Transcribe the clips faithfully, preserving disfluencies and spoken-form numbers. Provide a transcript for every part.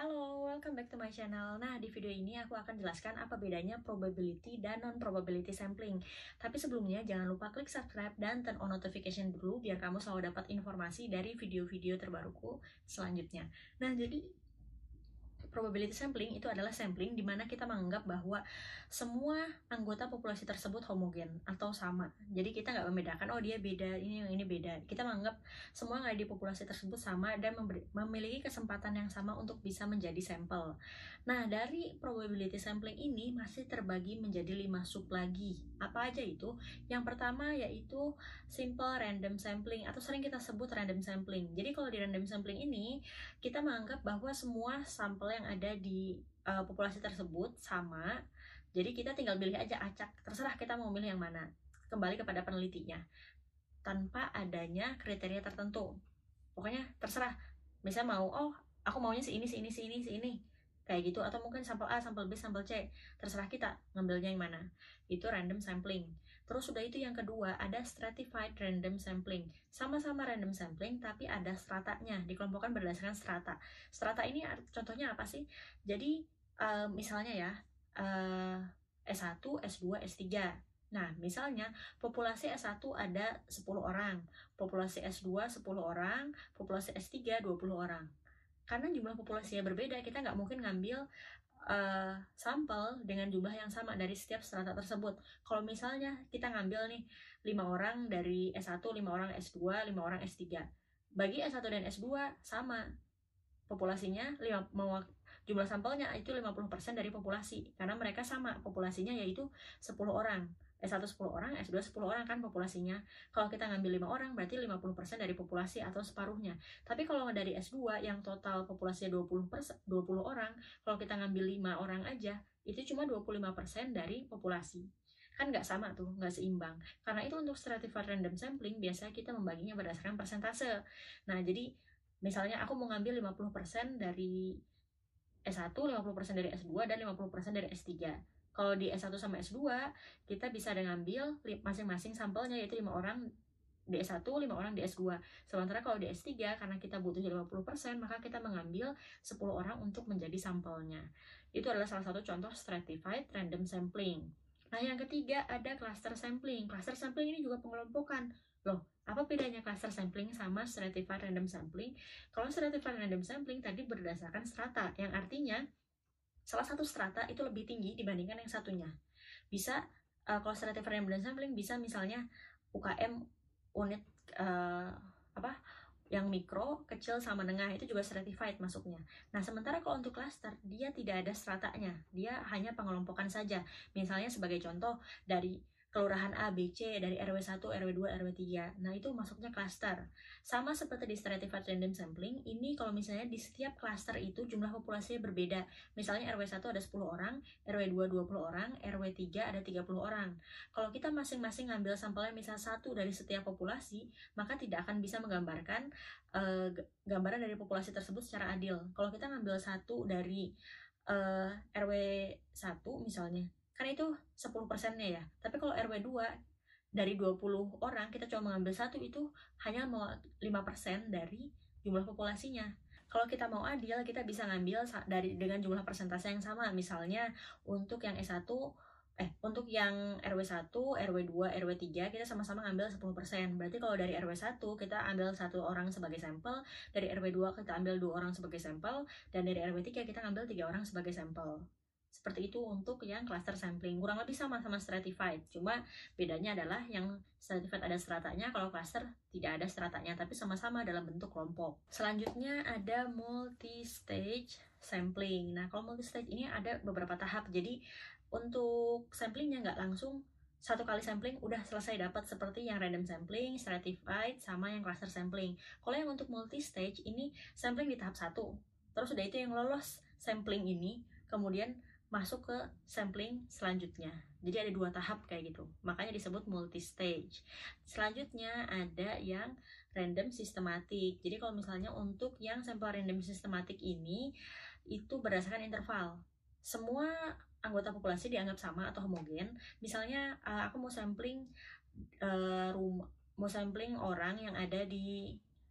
Halo, welcome back to my channel. Nah, di video ini aku akan jelaskan apa bedanya probability dan non-probability sampling. Tapi sebelumnya, jangan lupa klik subscribe dan turn on notification dulu biar kamu selalu dapat informasi dari video-video terbaruku selanjutnya. Nah, jadi probability sampling itu adalah sampling di mana kita menganggap bahwa semua anggota populasi tersebut homogen atau sama. Jadi kita nggak membedakan, oh dia beda, ini yang ini beda. Kita menganggap semua yang ada di populasi tersebut sama dan memiliki kesempatan yang sama untuk bisa menjadi sampel. Nah, dari probability sampling ini masih terbagi menjadi lima sub lagi. Apa aja itu? Yang pertama yaitu simple random sampling atau sering kita sebut random sampling. Jadi kalau di random sampling ini kita menganggap bahwa semua sampel yang ada di uh, populasi tersebut sama, jadi kita tinggal pilih aja acak, terserah kita mau milih yang mana, kembali kepada penelitinya, tanpa adanya kriteria tertentu. Pokoknya terserah, misalnya mau, oh aku maunya si ini, si ini, si ini, si ini, kayak gitu, atau mungkin sampel A, sampel B, sampel C, terserah kita ngambilnya yang mana. Itu random sampling. Terus sudah itu yang kedua, ada stratified random sampling. Sama-sama random sampling, tapi ada stratanya, dikelompokkan berdasarkan strata. Strata ini contohnya apa sih? Jadi uh, misalnya ya, uh, S satu, S dua, S tiga. Nah, misalnya populasi S satu ada sepuluh orang, populasi S dua sepuluh orang, populasi S tiga dua puluh orang. Karena jumlah populasinya berbeda, kita nggak mungkin ngambil uh, sampel dengan jumlah yang sama dari setiap strata tersebut. Kalau misalnya kita ngambil nih lima orang dari S satu, lima orang S dua, lima orang S tiga. Bagi S satu dan S dua sama. Populasinya lima, jumlah sampelnya itu lima puluh persen dari populasi karena mereka sama populasinya yaitu sepuluh orang. S satu sepuluh orang, S dua sepuluh orang kan populasinya. Kalau kita ngambil lima orang berarti lima puluh persen dari populasi atau separuhnya. Tapi kalau dari S dua yang total populasinya dua puluh persen, dua puluh orang, kalau kita ngambil lima orang aja, itu cuma dua puluh lima persen dari populasi. Kan nggak sama tuh, nggak seimbang. Karena itu untuk stratified random sampling biasanya kita membaginya berdasarkan persentase. Nah, jadi misalnya aku mau ngambil lima puluh persen dari S satu, lima puluh persen dari S dua, dan lima puluh persen dari S tiga. Kalau di S satu sama S dua, kita bisa ngambil masing-masing sampelnya, yaitu lima orang di S satu, lima orang di S dua. Sementara kalau di S tiga, karena kita butuh lima puluh persen, maka kita mengambil sepuluh orang untuk menjadi sampelnya. Itu adalah salah satu contoh stratified random sampling. Nah, yang ketiga ada cluster sampling. Cluster sampling ini juga pengelompokan. Loh, apa bedanya cluster sampling sama stratified random sampling? Kalau stratified random sampling tadi berdasarkan strata, yang artinya salah satu strata itu lebih tinggi dibandingkan yang satunya. Bisa, uh, kalau stratified random sampling bisa misalnya U K M unit uh, apa yang mikro, kecil, sama menengah, itu juga stratified masuknya. Nah, sementara kalau untuk cluster, dia tidak ada stratanya, dia hanya pengelompokan saja. Misalnya sebagai contoh, dari kelurahan A, B, C, dari R W satu, R W dua, R W tiga. Nah, itu masuknya cluster. Sama seperti di stratified random sampling, ini kalau misalnya di setiap cluster itu jumlah populasinya berbeda. Misalnya R W satu ada sepuluh orang, R W dua dua puluh orang, R W tiga ada tiga puluh orang. Kalau kita masing-masing ngambil sampelnya misal satu dari setiap populasi, maka tidak akan bisa menggambarkan uh, gambaran dari populasi tersebut secara adil. Kalau kita ngambil satu dari uh, R W satu misalnya, kan itu sepuluh persennya ya. Tapi kalau R W dua dari dua puluh orang, kita cuma mengambil satu, itu hanya lima persen dari jumlah populasinya. Kalau kita mau adil, kita bisa ngambil dari dengan jumlah persentase yang sama. Misalnya untuk yang S satu, eh untuk yang R W satu, R W dua, R W tiga, kita sama-sama ngambil sepuluh persen. Berarti kalau dari R W satu kita ambil satu orang sebagai sampel, dari R W dua kita ambil dua orang sebagai sampel, dan dari R W tiga kita ngambil tiga orang sebagai sampel. Seperti itu untuk yang cluster sampling. Kurang lebih sama-sama stratified. Cuma bedanya adalah yang stratified ada stratanya, kalau cluster tidak ada stratanya, tapi sama-sama dalam bentuk kelompok. Selanjutnya ada multi-stage sampling. Nah, kalau multi-stage ini ada beberapa tahap. Jadi untuk samplingnya nggak langsung satu kali sampling udah selesai dapat seperti yang random sampling, stratified, sama yang cluster sampling. Kalau yang untuk multi-stage ini sampling di tahap satu. Terus udah itu yang lolos sampling ini, kemudian masuk ke sampling selanjutnya. Jadi ada dua tahap kayak gitu. Makanya disebut multi-stage. Selanjutnya ada yang random systematic. Jadi kalau misalnya untuk yang sampel random systematic ini, itu berdasarkan interval. Semua anggota populasi dianggap sama atau homogen. Misalnya aku mau sampling uh, rumah, mau sampling orang yang ada di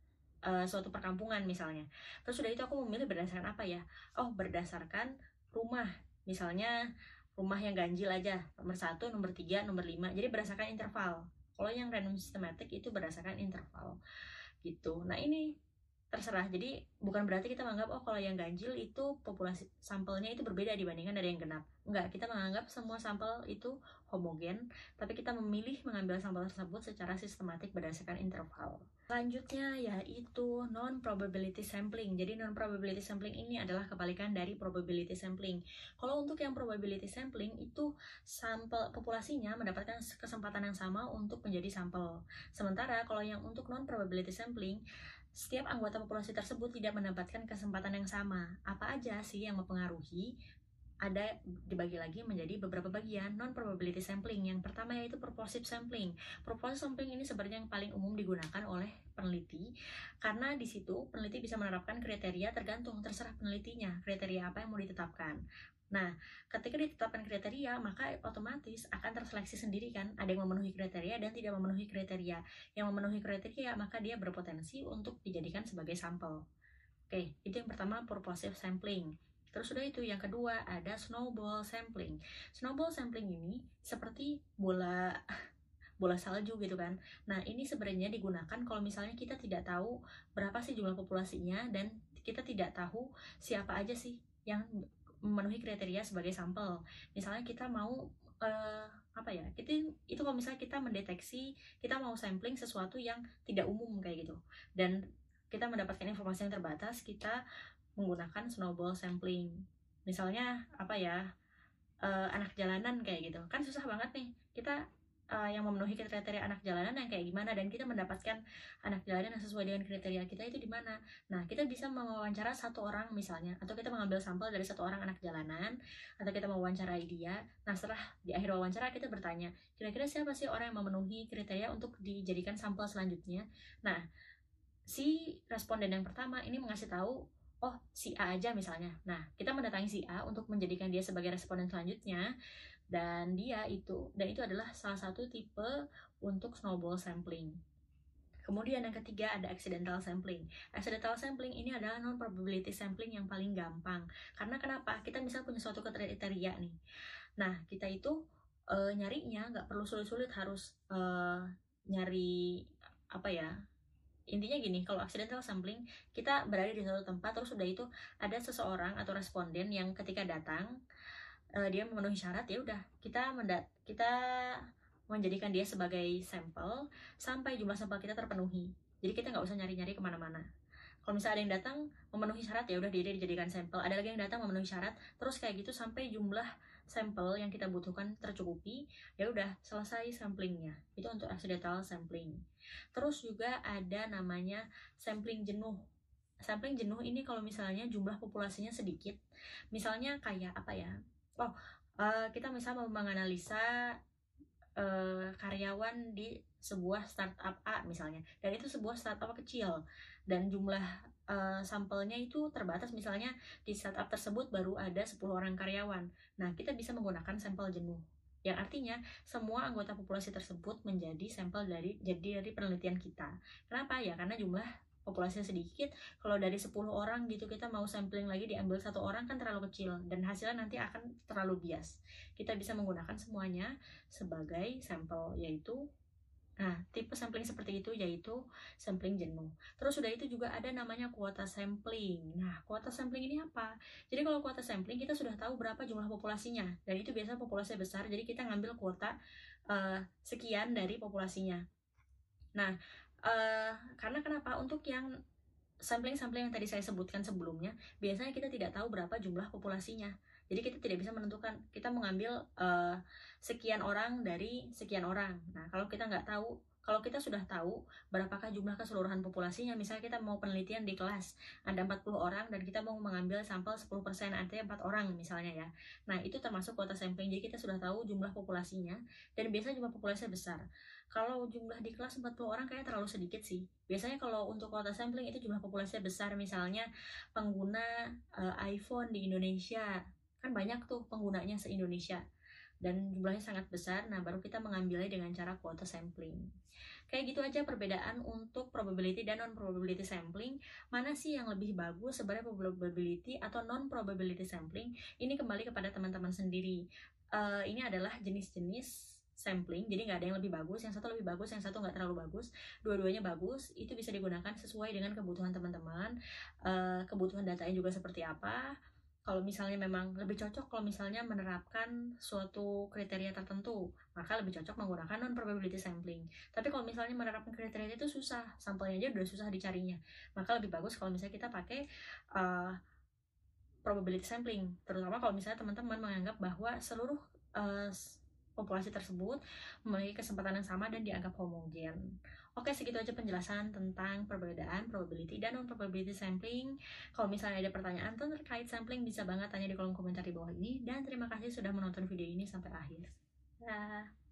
uh, suatu perkampungan misalnya. Terus udah itu aku memilih berdasarkan apa ya? Oh, berdasarkan rumah. Misalnya rumah yang ganjil aja, nomor satu, nomor tiga, nomor lima. Jadi berdasarkan interval. Kalau yang random systematic itu berdasarkan interval gitu. Nah ini terserah, jadi bukan berarti kita menganggap oh kalau yang ganjil itu populasi sampelnya itu berbeda dibandingkan dari yang genap. Enggak, kita menganggap semua sampel itu homogen, tapi kita memilih mengambil sampel tersebut secara sistematik berdasarkan interval. Selanjutnya yaitu non-probability sampling. Jadi non-probability sampling ini adalah kebalikan dari probability sampling. Kalau untuk yang probability sampling itu sampel populasinya mendapatkan kesempatan yang sama untuk menjadi sampel. Sementara kalau yang untuk non-probability sampling, setiap anggota populasi tersebut tidak mendapatkan kesempatan yang sama. Apa aja sih yang mempengaruhi? Ada dibagi lagi menjadi beberapa bagian non-probability sampling. Yang pertama yaitu purposive sampling. Purposive sampling ini sebenarnya yang paling umum digunakan oleh peneliti, karena di situ peneliti bisa menerapkan kriteria tergantung terserah penelitinya, kriteria apa yang mau ditetapkan. Nah, ketika ditetapkan kriteria, maka otomatis akan terseleksi sendiri kan, ada yang memenuhi kriteria dan tidak memenuhi kriteria. Yang memenuhi kriteria, maka dia berpotensi untuk dijadikan sebagai sampel. Oke, itu yang pertama, purposive sampling. Terus udah itu, yang kedua ada snowball sampling. Snowball sampling ini seperti bola bola salju gitu kan. Nah, ini sebenarnya digunakan kalau misalnya kita tidak tahu berapa sih jumlah populasinya dan kita tidak tahu siapa aja sih yang memenuhi kriteria sebagai sampel. Misalnya kita mau uh, apa ya? Itu itu kalau misalnya kita mendeteksi kita mau sampling sesuatu yang tidak umum kayak gitu. Dan kita mendapatkan informasi yang terbatas, kita menggunakan snowball sampling. Misalnya apa ya? Uh, anak jalanan kayak gitu. Kan susah banget nih. Kita Uh, yang memenuhi kriteria anak jalanan yang kayak gimana, dan kita mendapatkan anak jalanan yang sesuai dengan kriteria kita itu di mana. Nah, kita bisa mewawancara satu orang misalnya, atau kita mengambil sampel dari satu orang anak jalanan, atau kita mewawancarai dia. Nah, setelah di akhir wawancara kita bertanya, kira-kira siapa sih orang yang memenuhi kriteria untuk dijadikan sampel selanjutnya. Nah, si responden yang pertama ini mengasih tahu, oh si A aja misalnya. Nah, kita mendatangi si A untuk menjadikan dia sebagai responden selanjutnya. Dan dia itu, dan itu adalah salah satu tipe untuk snowball sampling. Kemudian yang ketiga ada accidental sampling. Accidental sampling ini adalah non-probability sampling yang paling gampang. Karena kenapa? Kita misalnya punya suatu kriteria nih. Nah, kita itu e, nyarinya nggak perlu sulit-sulit, harus e, nyari apa ya? Intinya gini, kalau accidental sampling, kita berada di suatu tempat, terus udah itu ada seseorang atau responden yang ketika datang, Uh, dia memenuhi syarat, ya udah kita mendat kita menjadikan dia sebagai sampel sampai jumlah sampel kita terpenuhi. Jadi kita nggak usah nyari-nyari kemana-mana. Kalau misalnya ada yang datang memenuhi syarat, ya udah dia dijadikan sampel. Ada lagi yang datang memenuhi syarat, terus kayak gitu sampai jumlah sampel yang kita butuhkan tercukupi, ya udah selesai samplingnya. Itu untuk accidental sampling. Terus juga ada namanya sampling jenuh. Sampling jenuh ini kalau misalnya jumlah populasinya sedikit, misalnya kayak apa ya? Oh, uh, kita misalnya mau menganalisa uh, karyawan di sebuah startup A misalnya, dan itu sebuah startup kecil, dan jumlah uh, sampelnya itu terbatas, misalnya di startup tersebut baru ada sepuluh orang karyawan. Nah, kita bisa menggunakan sampel jenuh, yang artinya semua anggota populasi tersebut menjadi sampel dari jadi dari penelitian kita. Kenapa ya? Karena jumlah populasinya sedikit. Kalau dari sepuluh orang gitu kita mau sampling lagi diambil satu orang kan terlalu kecil, dan hasilnya nanti akan terlalu bias. Kita bisa menggunakan semuanya sebagai sampel, yaitu nah tipe sampling seperti itu yaitu sampling jenuh. Terus sudah itu juga ada namanya kuota sampling. Nah, kuota sampling ini apa? Jadi kalau kuota sampling kita sudah tahu berapa jumlah populasinya, dan itu biasanya populasinya besar, jadi kita ngambil kuota uh, sekian dari populasinya. Nah, Uh, karena kenapa? Untuk yang sampling-sampling yang tadi saya sebutkan sebelumnya, biasanya kita tidak tahu berapa jumlah populasinya. Jadi kita tidak bisa menentukan, kita mengambil uh, sekian orang dari sekian orang. Nah, kalau kita nggak tahu, kalau kita sudah tahu berapakah jumlah keseluruhan populasinya, misalnya kita mau penelitian di kelas, ada empat puluh orang dan kita mau mengambil sampel sepuluh persen, artinya empat orang misalnya ya. Nah, itu termasuk kuota sampling, jadi kita sudah tahu jumlah populasinya, dan biasanya jumlah populasinya besar. Kalau jumlah di kelas empat puluh orang kayaknya terlalu sedikit sih. Biasanya kalau untuk kuota sampling itu jumlah populasinya besar, misalnya pengguna uh, iPhone di Indonesia, kan banyak tuh penggunanya se-Indonesia, dan jumlahnya sangat besar. Nah, baru kita mengambilnya dengan cara kuota sampling. Kayak gitu aja perbedaan untuk probability dan non-probability sampling. Mana sih yang lebih bagus sebenarnya, probability atau non-probability sampling? Ini kembali kepada teman-teman sendiri. Uh, ini adalah jenis-jenis sampling, jadi nggak ada yang lebih bagus, yang satu lebih bagus, yang satu nggak terlalu bagus, dua-duanya bagus. Itu bisa digunakan sesuai dengan kebutuhan teman-teman, uh, kebutuhan datanya juga seperti apa. Kalau misalnya memang lebih cocok kalau misalnya menerapkan suatu kriteria tertentu, maka lebih cocok menggunakan non-probability sampling. Tapi kalau misalnya menerapkan kriteria itu susah, sampelnya aja udah susah dicarinya, maka lebih bagus kalau misalnya kita pakai uh, probability sampling. Terutama kalau misalnya teman-teman menganggap bahwa seluruh uh, populasi tersebut memiliki kesempatan yang sama dan dianggap homogen. Oke, segitu aja penjelasan tentang perbedaan probability dan non-probability sampling. Kalau misalnya ada pertanyaan terkait sampling, bisa banget tanya di kolom komentar di bawah ini. Dan terima kasih sudah menonton video ini sampai akhir. Dah.